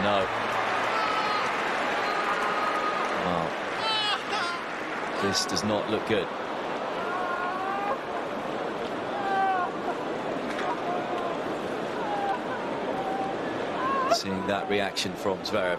no. Well, this does not look good. Seeing that reaction from Zverev.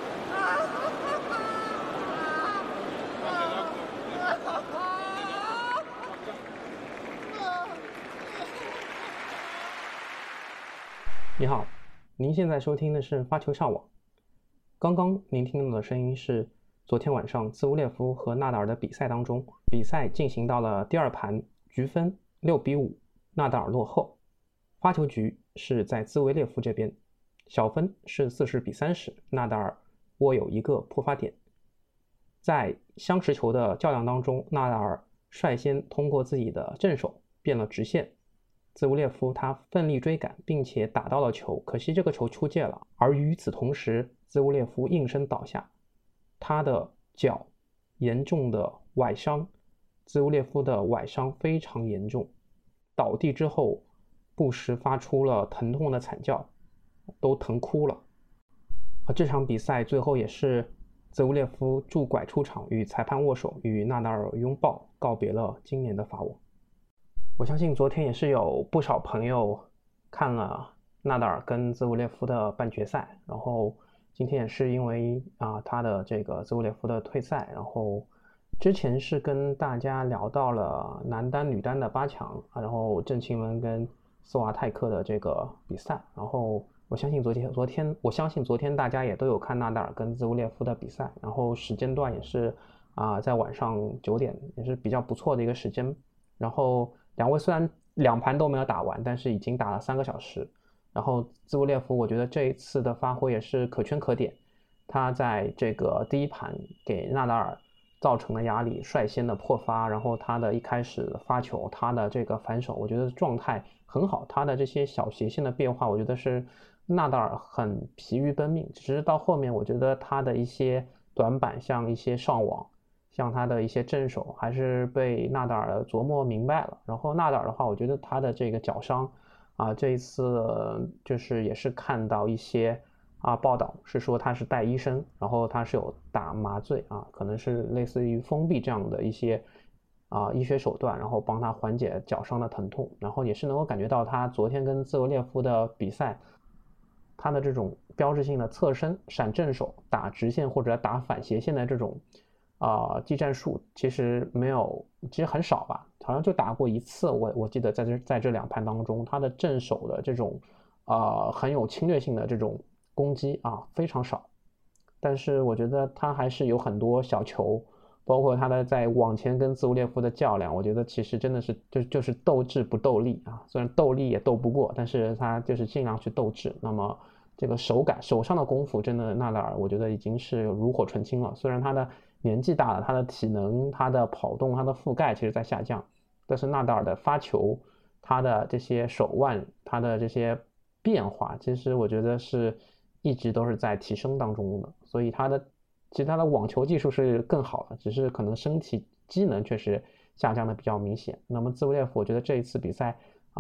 "你好，您现在收听的是发球上网。刚刚您听到的声音是昨天晚上兹乌列夫和纳达尔的比赛当中，比赛进行到了第二盘，局分6-5，纳达尔落后。发球局是在兹维列夫这边，小分是40-30，纳达尔握有一个破发点。在相持球的较量当中，纳达尔率先通过自己的正手变了直线。兹乌列夫他奋力追赶，并且打到了球，可惜这个球出界了。而与此同时，兹乌列夫应声倒下，他的脚严重的崴伤，兹乌列夫的崴伤非常严重，倒地之后不时发出了疼痛的惨叫，都疼哭了。而这场比赛最后也是兹乌列夫拄拐出场，与裁判握手，与纳达尔拥抱，告别了今年的法网。我相信昨天也是有不少朋友看了纳达尔跟兹乌列夫的半决赛，然后今天也是因为他的这个兹乌列夫的退赛，然后之前是跟大家聊到了男单女单的8强，然后郑钦文跟斯瓦泰克的这个比赛，然后我相信昨天大家也都有看纳达尔跟兹乌列夫的比赛，然后时间段也是在晚上9点，也是比较不错的一个时间。然后两位虽然2盘都没有打完，但是已经打了3个小时。然后兹乌列夫我觉得这一次的发挥也是可圈可点，他在这个第一盘给纳达尔造成了压力，率先的破发，然后他的一开始发球，他的这个反手我觉得状态很好，他的这些小斜线的变化我觉得是纳达尔很疲于奔命，只是到后面我觉得他的一些短板，像一些上网，像他的一些正手还是被纳达尔琢磨明白了。然后纳达尔的话，我觉得他的这个脚伤这一次就是也是看到一些报道是说他是带医生，然后他是有打麻醉可能是类似于封闭这样的一些医学手段，然后帮他缓解脚伤的疼痛。然后也是能够感觉到他昨天跟兹维列夫的比赛，他的这种标志性的侧身闪正手打直线或者打反斜线的这种技战术其实很少吧，好像就打过一次。我记得在这2盘当中，他的正手的这种很有侵略性的这种攻击非常少。但是我觉得他还是有很多小球，包括他的在往前跟兹乌列夫的较量，我觉得其实真的是就是斗智不斗力虽然斗力也斗不过，但是他就是尽量去斗智。那么这个手上的功夫，真的纳达尔我觉得已经是炉火纯青了。虽然他的年纪大了，他的体能，他的跑动，他的覆盖其实在下降，但是纳达尔的发球，他的这些手腕，他的这些变化，其实我觉得是一直都是在提升当中的。所以其实他的网球技术是更好的，只是可能身体机能确实下降的比较明显。那么兹维列夫我觉得这一次比赛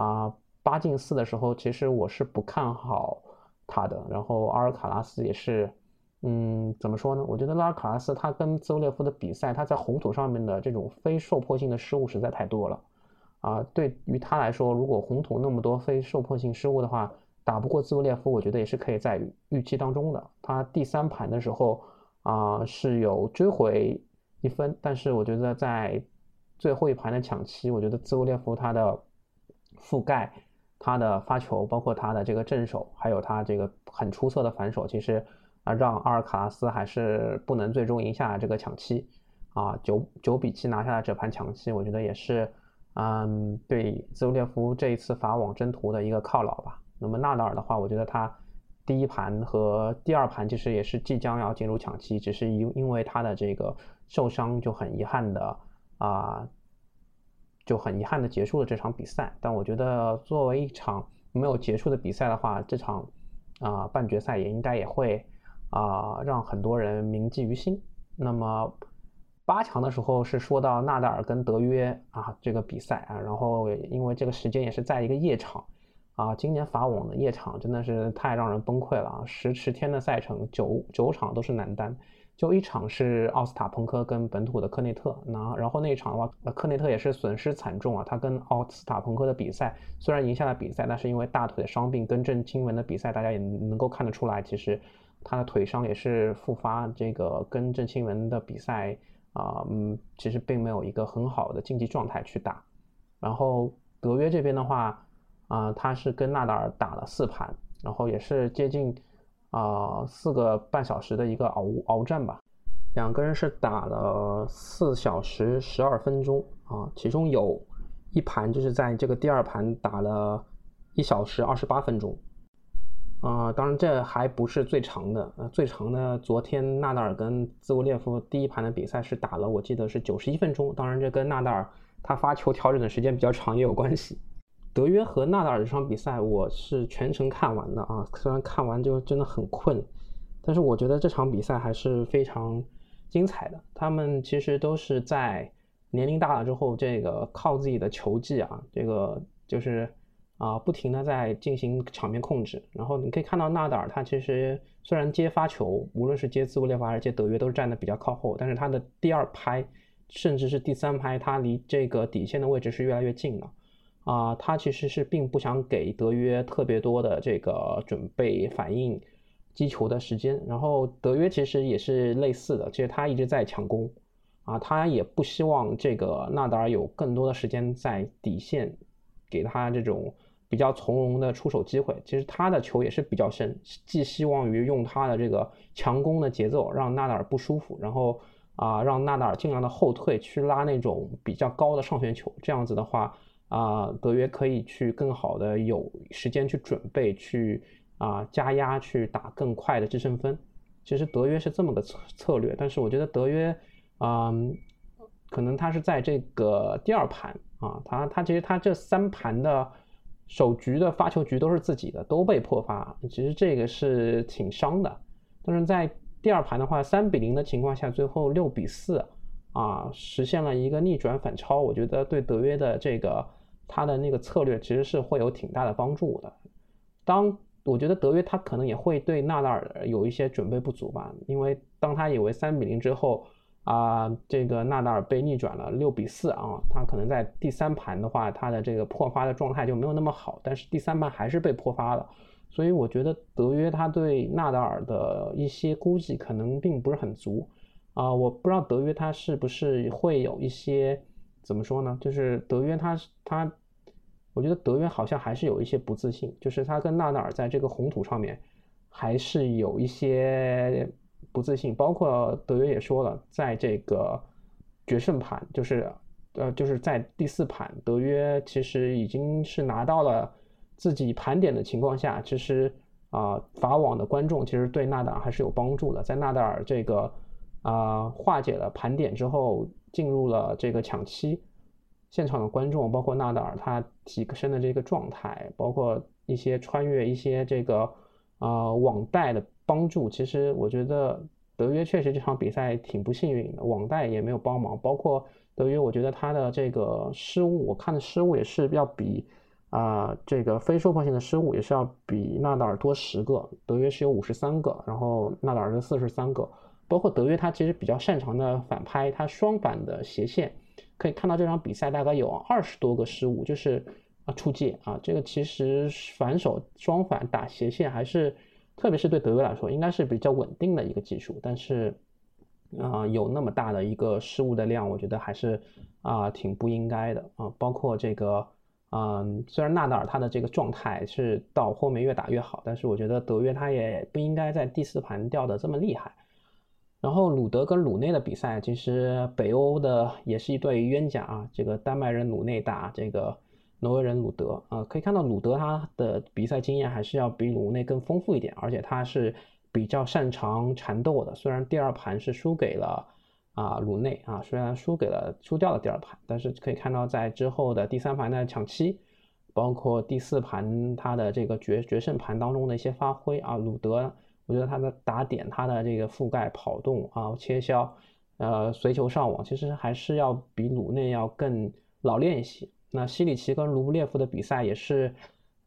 8进4的时候，其实我是不看好他的。然后阿尔卡拉斯也是怎么说呢？我觉得拉尔卡拉斯他跟兹维列夫的比赛，他在红土上面的这种非受迫性的失误实在太多了对于他来说，如果红土那么多非受迫性失误的话，打不过兹维列夫，我觉得也是可以在预期当中的。他第3盘的时候是有追回1分，但是我觉得在最后一盘的抢七，我觉得兹维列夫他的覆盖，他的发球，包括他的这个正手，还有他这个很出色的反手，其实让阿尔卡拉斯还是不能最终赢下这个抢七9-7拿下了这盘抢七，我觉得也是对兹维列夫这一次法网征途的一个犒劳吧。那么纳达尔的话，我觉得他第一盘和第2盘其实也是即将要进入抢七，只是因为他的这个受伤就很遗憾的结束了这场比赛。但我觉得作为一场没有结束的比赛的话，这场半决赛也应该也会让很多人铭记于心。那么8强的时候是说到纳达尔跟德约这个比赛然后因为这个时间也是在一个夜场今年法网的夜场真的是太让人崩溃了啊！10天的赛程，九场都是男单，就一场是奥斯塔彭科跟本土的科内特，然后那一场的话，科内特也是损失惨重啊。他跟奥斯塔彭科的比赛虽然赢下了比赛，但是因为大腿的伤病跟郑钦文的比赛，大家也能够看得出来，其实他的腿伤也是复发，这个跟郑钦文的比赛其实并没有一个很好的竞技状态去打。然后德约这边的话，他是跟纳达尔打了4盘，然后也是接近4个半小时的一个鏖战吧。两个人是打了4小时12分钟其中有一盘就是在这个第2盘打了1小时28分钟。当然这还不是最长的，最长的昨天纳达尔跟兹维列夫第1盘的比赛是打了我记得是91分钟，当然这跟纳达尔他发球调整的时间比较长也有关系。德约和纳达尔这场比赛我是全程看完的虽然看完就真的很困，但是我觉得这场比赛还是非常精彩的。他们其实都是在年龄大了之后，这个靠自己的球技这个就是不停的在进行场面控制。然后你可以看到纳达尔他其实虽然接发球，无论是接兹维列夫还是接德约都是站得比较靠后，但是他的第2拍甚至是第3拍，他离这个底线的位置是越来越近了。他其实是并不想给德约特别多的这个准备反应击球的时间，然后德约其实也是类似的，其实他一直在抢攻他也不希望这个纳达尔有更多的时间在底线给他这种比较从容的出手机会。其实他的球也是比较深，寄希望于用他的这个强攻的节奏让纳达尔不舒服，然后让纳达尔尽量的后退去拉那种比较高的上旋球，这样子的话德约可以去更好的有时间去准备，去加压，去打更快的制胜分。其实德约是这么个策略，但是我觉得德约可能他是在这个第2盘他其实他这3盘的首局的发球局都是自己的，都被破发，其实这个是挺伤的。但是在第2盘的话3-0的情况下，最后6-4实现了一个逆转反超，我觉得对德约的这个他的那个策略其实是会有挺大的帮助的。我觉得德约他可能也会对纳达尔有一些准备不足吧，因为当他以为3-0之后这个纳达尔被逆转了6-4他可能在第3盘的话他的这个破发的状态就没有那么好，但是第3盘还是被破发了。所以我觉得德约他对纳达尔的一些估计可能并不是很足我不知道德约他是不是会有一些怎么说呢，就是德约我觉得德约好像还是有一些不自信，就是他跟纳达尔在这个红土上面还是有一些不自信，包括德约也说了，在这个决胜盘就是在第4盘，德约其实已经是拿到了自己盘点的情况下，其实法网的观众其实对纳达尔还是有帮助的。在纳达尔这个化解了盘点之后，进入了这个抢七，现场的观众包括纳达尔他体身的这个状态，包括一些穿越一些这个网带的帮助，其实我觉得德约确实这场比赛挺不幸运的，网带也没有帮忙，包括德约我觉得他的这个失误，我看的失误也是要比这个非收破性的失误也是要比纳达尔多10个，德约是有53个，然后纳达尔是43个。包括德约他其实比较擅长的反拍，他双反的斜线，可以看到这场比赛大概有20多个失误，就是出界这个其实反手双反打斜线还是特别是对德约来说应该是比较稳定的一个技术，但是有那么大的一个失误的量，我觉得还是挺不应该的包括这个虽然纳达尔他的这个状态是到后面越打越好，但是我觉得德约他也不应该在第4盘掉的这么厉害。然后鲁德跟鲁内的比赛，其实北欧的也是一对冤家这个丹麦人鲁内打这个挪威人鲁德可以看到鲁德他的比赛经验还是要比鲁内更丰富一点，而且他是比较擅长缠斗的。虽然第2盘是输给了鲁内虽然输掉了第2盘，但是可以看到在之后的第3盘的抢七，包括第4盘他的这个决胜盘当中的一些发挥鲁德我觉得他的打点，他的这个覆盖跑动切削随球上网，其实还是要比鲁内要更老练一些。那西里奇跟卢布列夫的比赛也是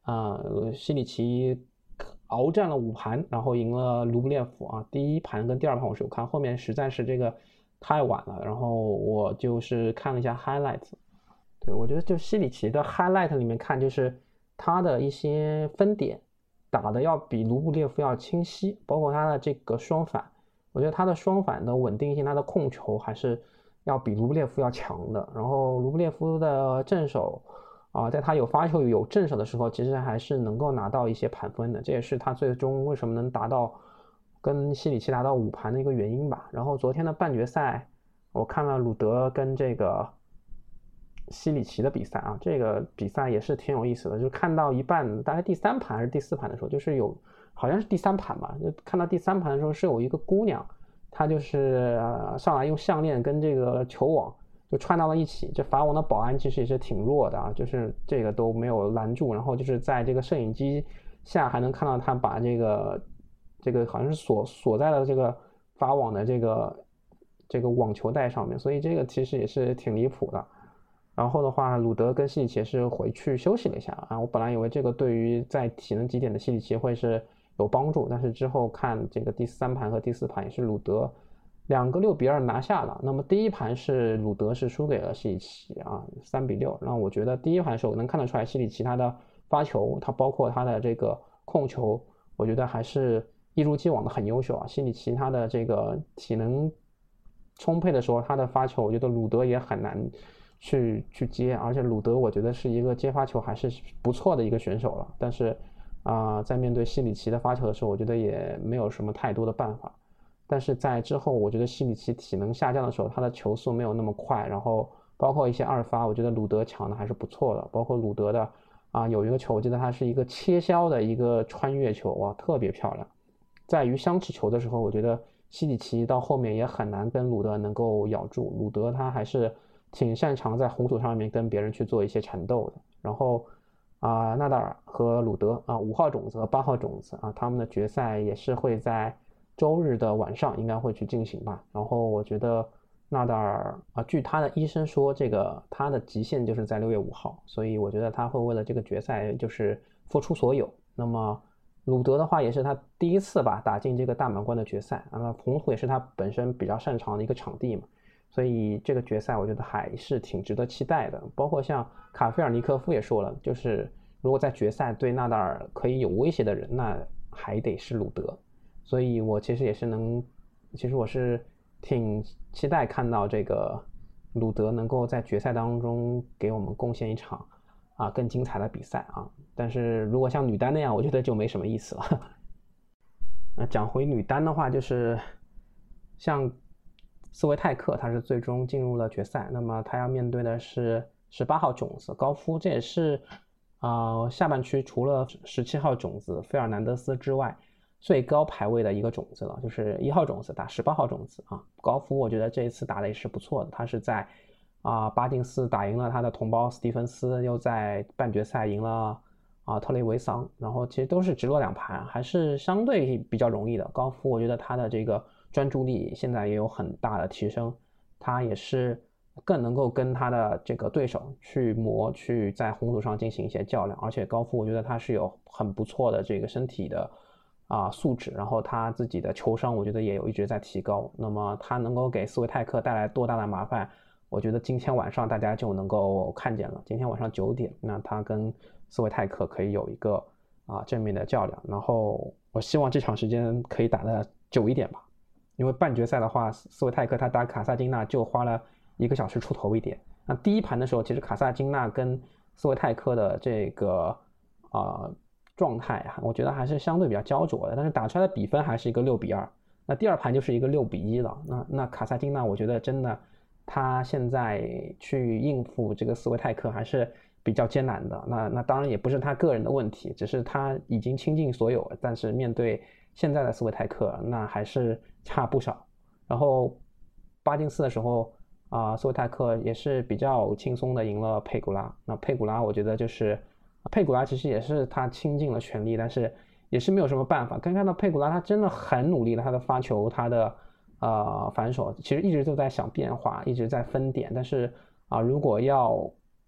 西里奇鏖战了5盘，然后赢了卢布列夫啊。第一盘跟第二盘我是有看，后面实在是这个太晚了，然后我就是看了一下 highlights。对，我觉得就西里奇的 highlight 里面看，就是他的一些分点打的要比卢布列夫要清晰，包括他的这个双反，我觉得他的双反的稳定性，他的控球还是要比卢布列夫要强的。然后卢布列夫的正手在他有发球有正手的时候，其实还是能够拿到一些盘分的，这也是他最终为什么能达到跟西里奇达到5盘的一个原因吧。然后昨天的半决赛，我看了鲁德跟这个西里奇的比赛啊，这个比赛也是挺有意思的，就看到一半，大概第3盘还是第4盘的时候，就是好像是第3盘吧，就看到第3盘的时候是有一个姑娘，她就是上来用项链跟这个球网就串到了一起，这法网的保安其实也是挺弱的啊，就是这个都没有拦住，然后就是在这个摄影机下还能看到她把这个好像是锁在了这个法网的这个网球带上面，所以这个其实也是挺离谱的。然后的话，鲁德跟西里奇是回去休息了一下啊。我本来以为这个对于在体能极点的西里奇会是有帮助，但是之后看这个第3盘和第4盘也是鲁德2个6-2拿下了。那么第一盘是鲁德是输给了西里奇啊，3-6。然后我觉得第一盘的时候能看得出来西里奇他的发球，他包括他的这个控球，我觉得还是一如既往的很优秀啊。西里奇他的这个体能充沛的时候，他的发球我觉得鲁德也很难去接，而且鲁德我觉得是一个接发球还是不错的一个选手了，但是在面对西里奇的发球的时候，我觉得也没有什么太多的办法。但是在之后，我觉得西里奇体能下降的时候，他的球速没有那么快，然后包括一些2发，我觉得鲁德抢的还是不错的。包括鲁德的有一个球，我记得他是一个切削的一个穿越球，哇，特别漂亮。在于相持球的时候，我觉得西里奇到后面也很难跟鲁德能够咬住，鲁德他还是挺擅长在红土上面跟别人去做一些缠斗的。然后纳达尔和鲁德5号种子和8号种子他们的决赛也是会在周日的晚上应该会去进行吧。然后我觉得纳达尔据他的医生说，这个他的极限就是在6月5号，所以我觉得他会为了这个决赛就是付出所有。那么鲁德的话也是他第一次吧打进这个大满贯的决赛红土也是他本身比较擅长的一个场地嘛，所以这个决赛我觉得还是挺值得期待的。包括像卡菲尔尼科夫也说了，就是如果在决赛对纳达尔可以有威胁的人，那还得是鲁德。所以我其实也是其实我是挺期待看到这个鲁德能够在决赛当中给我们贡献一场更精彩的比赛但是如果像女单那样，我觉得就没什么意思了。讲回女单的话，就是像斯维泰克，他是最终进入了决赛，那么他要面对的是18号种子高夫，这也是下半区除了17号种子费尔南德斯之外最高排位的一个种子了，就是1号种子打18号种子高夫我觉得这一次打的也是不错的，他是在巴金斯打赢了他的同胞斯蒂芬斯，又在半决赛赢了特雷维桑，然后其实都是直落2盘，还是相对比较容易的。高夫我觉得他的这个专注力现在也有很大的提升，他也是更能够跟他的这个对手去在红土上进行一些较量，而且高夫我觉得他是有很不错的这个身体的素质，然后他自己的球商我觉得也有一直在提高。那么他能够给斯维泰克带来多大的麻烦，我觉得今天晚上大家就能够看见了。今天晚上9点，那他跟斯维泰克可以有一个正面的较量，然后我希望这场时间可以打得久一点吧，因为半决赛的话，斯维泰克他打卡萨金娜就花了1个小时出头一点。那第一盘的时候，其实卡萨金娜跟斯维泰克的这个状态我觉得还是相对比较焦灼的，但是打出来的比分还是一个6-2。那第二盘就是一个6-1了。那卡萨金娜我觉得真的他现在去应付这个斯维泰克还是比较艰难的。那当然也不是他个人的问题，只是他已经倾尽所有，但是面对现在的斯维泰克那还是差不少。然后巴金斯的时候斯维泰克也是比较轻松的赢了佩古拉。那佩古拉我觉得就是佩古拉其实也是他倾尽了全力，但是也是没有什么办法。看到佩古拉他真的很努力了，他的发球他的反手其实一直都在想变化，一直在分点，但是如果要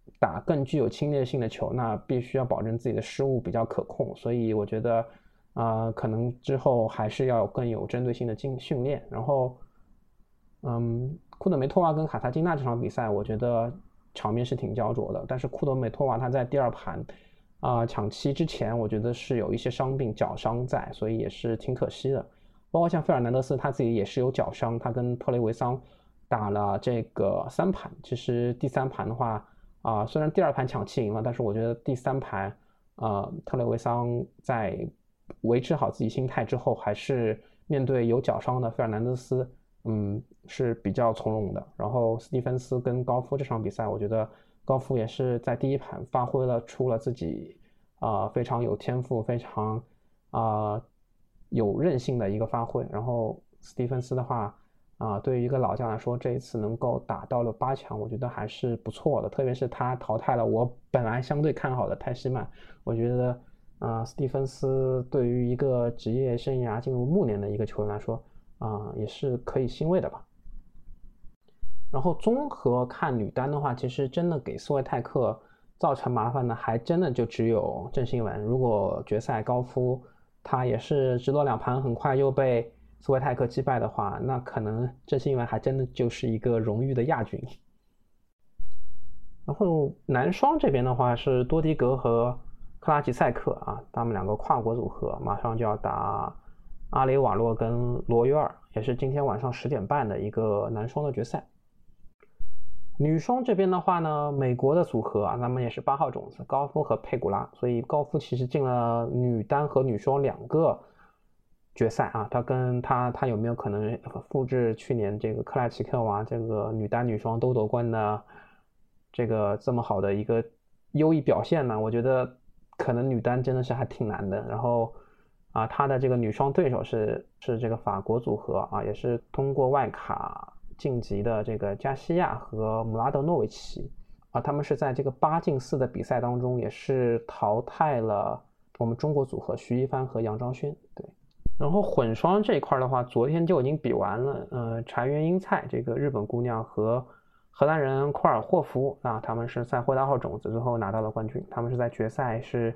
打更具有侵略性的球，那必须要保证自己的失误比较可控，所以我觉得可能之后还是要更有针对性的训练。然后库德梅托娃跟卡萨金娜这场比赛我觉得场面是挺焦灼的，但是库德梅托娃他在第二盘抢七之前我觉得是有一些伤病，脚伤在，所以也是挺可惜的。包括像费尔南德斯他自己也是有脚伤，他跟特雷维桑打了这个3盘，其实第3盘的话虽然第2盘抢七赢了，但是我觉得第3盘特雷维桑在维持好自己心态之后，还是面对有脚伤的费尔南德斯是比较从容的。然后斯蒂芬斯跟高夫这场比赛，我觉得高夫也是在第1盘发挥出了自己非常有天赋，非常有韧性的一个发挥。然后斯蒂芬斯的话对于一个老将来说，这一次能够打到了8强，我觉得还是不错的。特别是他淘汰了我本来相对看好的泰西曼，我觉得斯蒂芬斯对于一个职业生涯进入暮年的一个球员来说也是可以欣慰的吧。然后综合看女单的话，其实真的给斯维泰克造成麻烦的还真的就只有郑钦文。如果决赛高夫他也是直落2盘很快又被斯维泰克击败的话，那可能郑钦文还真的就是一个荣誉的亚军。然后男双这边的话是多迪格和克拉吉赛克他们2个跨国组合马上就要打阿雷瓦洛跟罗约尔，也是今天晚上10点半的一个男双的决赛。女双这边的话呢，美国的组合他们也是8号种子高夫和佩古拉，所以高夫其实进了女单和女双2个决赛他有没有可能复制去年这个克莱奇科娃这个女单女双都夺冠的这么好的一个优异表现呢？我觉得可能女单真的是还挺难的。然后他的这个女双对手是这个法国组合也是通过外卡晋级的这个加西亚和姆拉德诺维奇他们是在这个8进4的比赛当中也是淘汰了我们中国组合徐一帆和杨昭轩。对，然后混双这一块的话，昨天就已经比完了柴原英菜这个日本姑娘和荷兰人库尔霍夫他们是赛会8号种子之后拿到了冠军。他们在决赛是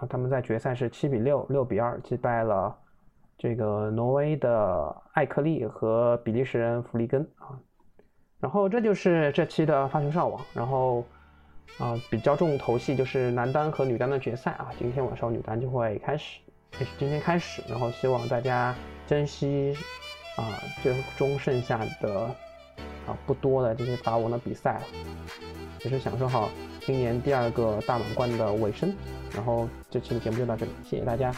7比6、6比2击败了这个挪威的艾克利和比利时人弗利根然后这就是这期的发球上网。然后比较重头戏就是男单和女单的决赛今天晚上女单就会开始，也是今天开始。然后希望大家珍惜最终剩下的不多的这些打网的比赛，也是享受好今年第2个大满贯的尾声。然后这期的节目就到这里，谢谢大家。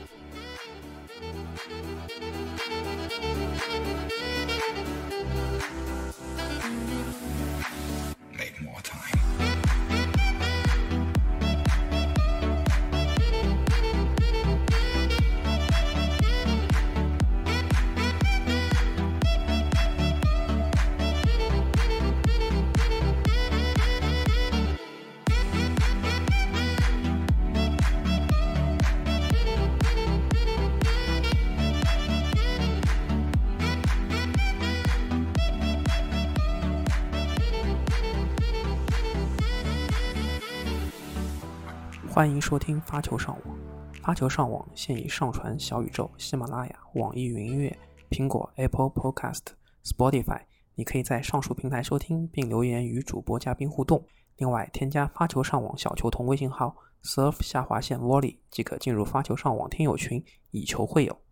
欢迎收听发球上网。发球上网现已上传小宇宙、喜马拉雅、网易云音乐、苹果 Apple Podcast、Spotify， 你可以在上述平台收听并留言与主播嘉宾互动。另外添加发球上网小球童微信号 surf_volley 即可进入发球上网听友群，以球会友。